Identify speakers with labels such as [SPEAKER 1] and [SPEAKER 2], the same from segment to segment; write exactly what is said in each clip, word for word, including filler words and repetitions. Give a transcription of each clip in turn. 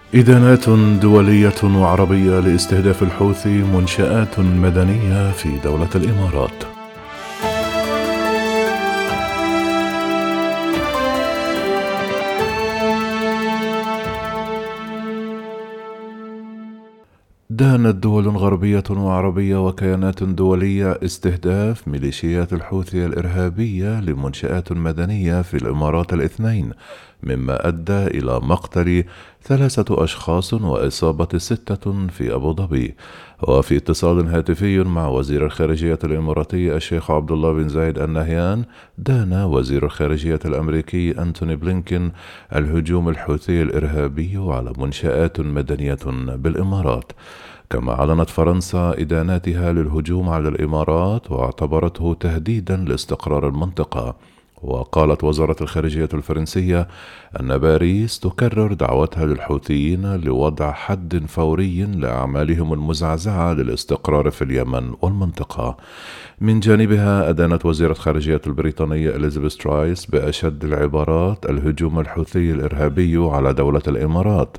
[SPEAKER 1] إدانات دولية وعربية لاستهداف الحوثي منشآت مدنية في دولة الإمارات. دانت دول غربية وعربية وكيانات دولية استهداف ميليشيات الحوثي الإرهابية لمنشآت مدنية في الإمارات الاثنين، مما أدى إلى مقتل ثلاثة أشخاص وإصابة ستة في أبو ظبي. وفي اتصال هاتفي مع وزير الخارجية الإماراتي الشيخ عبد الله بن زايد النهيان، دان وزير الخارجية الأمريكي أنتوني بلينكين الهجوم الحوثي الإرهابي على منشآت مدنية بالإمارات. كما أعلنت فرنسا إداناتها للهجوم على الإمارات واعتبرته تهديدا لاستقرار المنطقة. وقالت وزارة الخارجية الفرنسية أن باريس تكرر دعوتها للحوثيين لوضع حد فوري لأعمالهم المزعزعة للاستقرار في اليمن والمنطقة. من جانبها أدانت وزيرة خارجية البريطانية إليزابيث ترايس بأشد العبارات الهجوم الحوثي الإرهابي على دولة الإمارات.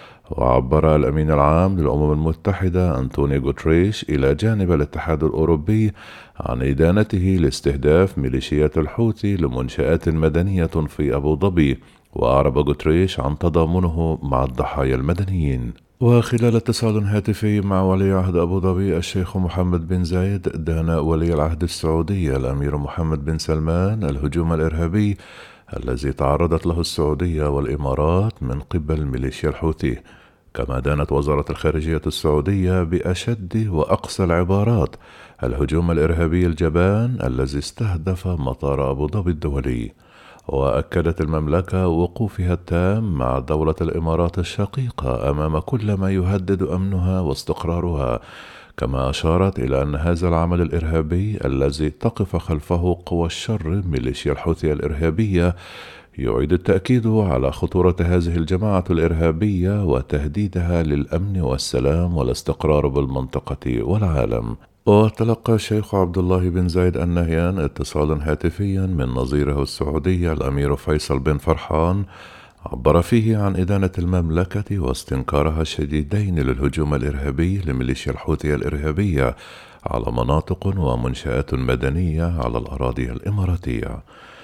[SPEAKER 1] وعبر الأمين العام للأمم المتحدة أنطونيو غوتريش إلى جانب الاتحاد الأوروبي عن إدانته لاستهداف ميليشيات الحوثي لمنشآت مدنية في أبو ظبي، وأعرب غوتريش عن تضامنه مع الضحايا المدنيين. وخلال اتصال هاتفي مع ولي عهد أبو ظبي الشيخ محمد بن زايد، دان ولي العهد السعودي الأمير محمد بن سلمان الهجوم الإرهابي الذي تعرضت له السعودية والإمارات من قبل ميليشيا الحوثي. كما دانت وزارة الخارجية السعودية بأشد وأقسى العبارات الهجوم الإرهابي الجبان الذي استهدف مطار أبو ظبي الدولي. وأكدت المملكة وقوفها التام مع دولة الإمارات الشقيقة أمام كل ما يهدد أمنها واستقرارها. كما أشارت إلى أن هذا العمل الإرهابي الذي تقف خلفه قوى الشر ميليشيا الحوثي الإرهابية يعيد التأكيد على خطورة هذه الجماعة الإرهابية وتهديدها للأمن والسلام والاستقرار بالمنطقة والعالم. وتلقى الشيخ عبد الله بن زايد النهيان اتصالا هاتفيا من نظيره السعودي الأمير فيصل بن فرحان، عبر فيه عن إدانة المملكة واستنكارها الشديدين للهجوم الإرهابي لميليشيا الحوثي الإرهابية على مناطق ومنشآت مدنية على الأراضي الإماراتية.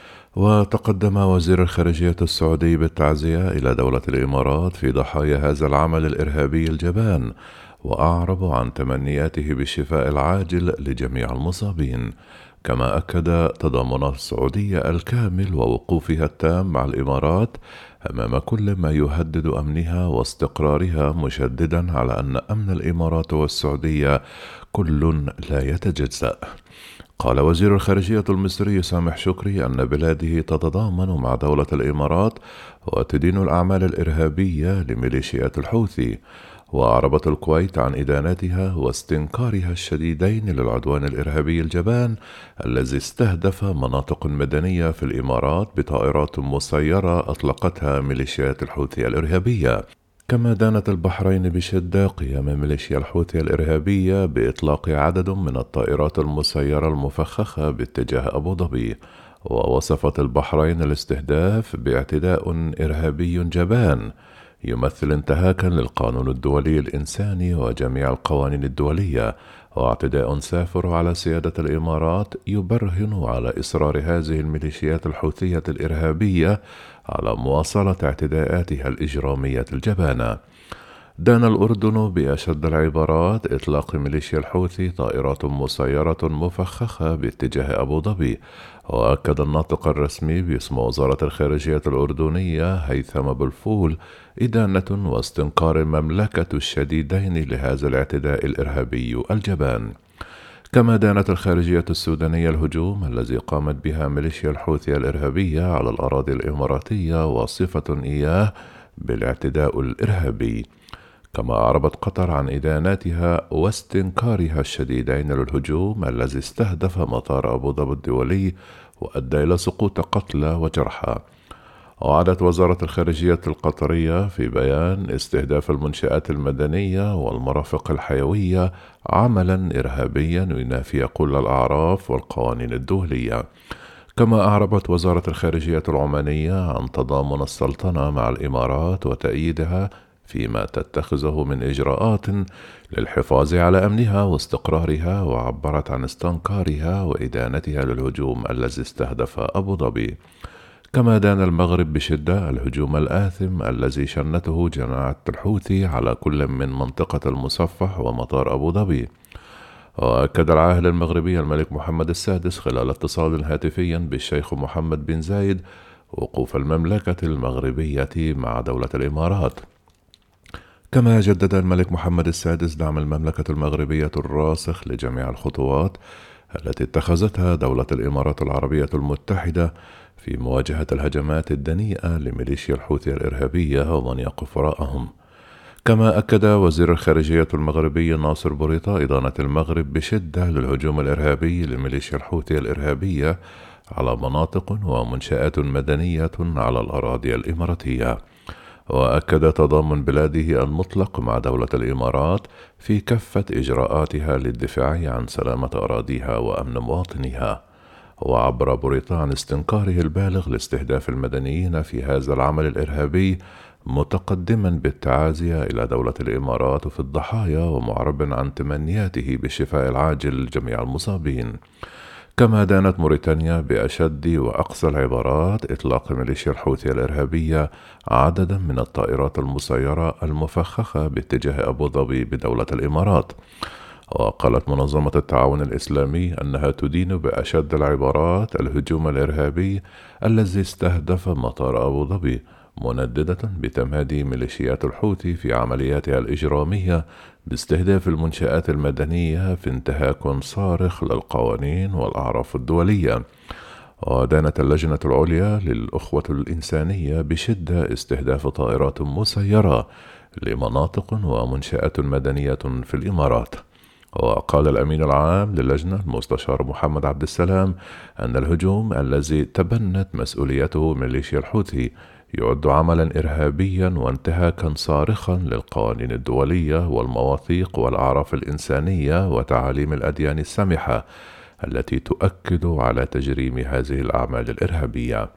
[SPEAKER 1] وتقدم وزير الخارجية السعودي بالتعزية إلى دولة الإمارات في ضحايا هذا العمل الإرهابي الجبان، وأعرب عن تمنياته بالشفاء العاجل لجميع المصابين. كما أكد تضامن السعودية الكامل ووقوفها التام مع الإمارات أمام كل ما يهدد أمنها واستقرارها، مشددا على أن أمن الإمارات والسعودية كل لا يتجزأ. قال وزير الخارجية المصري سامح شكري أن بلاده تتضامن مع دولة الإمارات وتدين الأعمال الإرهابية لميليشيات الحوثي. وأعربت الكويت عن إدانتها واستنكارها الشديدين للعدوان الإرهابي الجبان الذي استهدف مناطق مدنية في الإمارات بطائرات مسيرة أطلقتها ميليشيات الحوثي الإرهابية. كما دانت البحرين بشدة قيام ميليشيا الحوثي الإرهابية بإطلاق عدد من الطائرات المسيرة المفخخة باتجاه أبو ظبي. ووصفت البحرين الاستهداف باعتداء إرهابي جبان يمثل انتهاكا للقانون الدولي الإنساني وجميع القوانين الدولية، واعتداء سافر على سيادة الإمارات يبرهن على إصرار هذه الميليشيات الحوثية الإرهابية على مواصلة اعتداءاتها الإجرامية الجبانة. دان الأردن بأشد العبارات إطلاق ميليشيا الحوثي طائرات مسيرة مفخخة باتجاه أبو ظبي. وأكد الناطق الرسمي باسم وزارة الخارجية الأردنية هيثم بلفول إدانة واستنكار المملكة الشديدين لهذا الاعتداء الإرهابي الجبان. كما دانت الخارجية السودانية الهجوم الذي قامت بها ميليشيا الحوثي الإرهابية على الأراضي الإماراتية، واصفة إياه بالاعتداء الإرهابي. كما أعربت قطر عن إداناتها واستنكارها الشديدين للهجوم الذي استهدف مطار أبو ظبي الدولي وأدى إلى سقوط قتلى وجرحى. وعادت وزارة الخارجية القطرية في بيان استهداف المنشآت المدنية والمرافق الحيوية عملا إرهابيا ينافي كل الأعراف والقوانين الدولية. كما أعربت وزارة الخارجية العمانية عن تضامن السلطنة مع الإمارات وتأييدها فيما تتخذه من إجراءات للحفاظ على أمنها واستقرارها، وعبرت عن استنكارها وإدانتها للهجوم الذي استهدف أبو ظبي. كما دان المغرب بشدة الهجوم الآثم الذي شنته جماعة الحوثي على كل من منطقة المصفح ومطار أبو ظبي. وأكد العاهل المغربي الملك محمد السادس خلال اتصال هاتفي بالشيخ محمد بن زايد وقوف المملكة المغربية مع دولة الإمارات. كما جدد الملك محمد السادس دعم المملكة المغربية الراسخ لجميع الخطوات التي اتخذتها دولة الإمارات العربية المتحدة في مواجهة الهجمات الدنيئة لميليشيا الحوثي الإرهابية ومن يقف وراءهم. كما أكد وزير الخارجية المغربي ناصر بوريطة إدانة المغرب بشدة للهجوم الإرهابي لميليشيا الحوثي الإرهابية على مناطق ومنشآت مدنية على الأراضي الإماراتية. وأكد تضامن بلاده المطلق مع دولة الإمارات في كافة إجراءاتها للدفاع عن سلامة أراضيها وأمن مواطنيها. وعبر بوريطة عن استنكاره البالغ لاستهداف المدنيين في هذا العمل الإرهابي، متقدما بالتعازي إلى دولة الإمارات في الضحايا ومعربا عن تمنياته بالشفاء العاجل لجميع المصابين. كما دانت موريتانيا بأشد وأقسى العبارات إطلاق ميليشيا الحوثي الإرهابية عددا من الطائرات المسيرة المفخخة باتجاه أبو ظبي بدولة الإمارات. وقالت منظمة التعاون الإسلامي أنها تدين بأشد العبارات الهجوم الإرهابي الذي استهدف مطار أبو ظبي، منددة بتمادي ميليشيات الحوثي في عملياتها الإجرامية باستهداف المنشآت المدنية في انتهاك صارخ للقوانين والأعراف الدولية. ودانت اللجنة العليا للأخوة الإنسانية بشدة استهداف طائرات مسيرة لمناطق ومنشآت مدنية في الإمارات. وقال الأمين العام للجنة المستشار محمد عبد السلام أن الهجوم الذي تبنت مسؤوليته ميليشيا الحوثي يعد عملا إرهابيا وانتهاكا صارخا للقوانين الدولية والمواثيق والأعراف الإنسانية وتعاليم الأديان السامحة التي تؤكد على تجريم هذه الأعمال الإرهابية.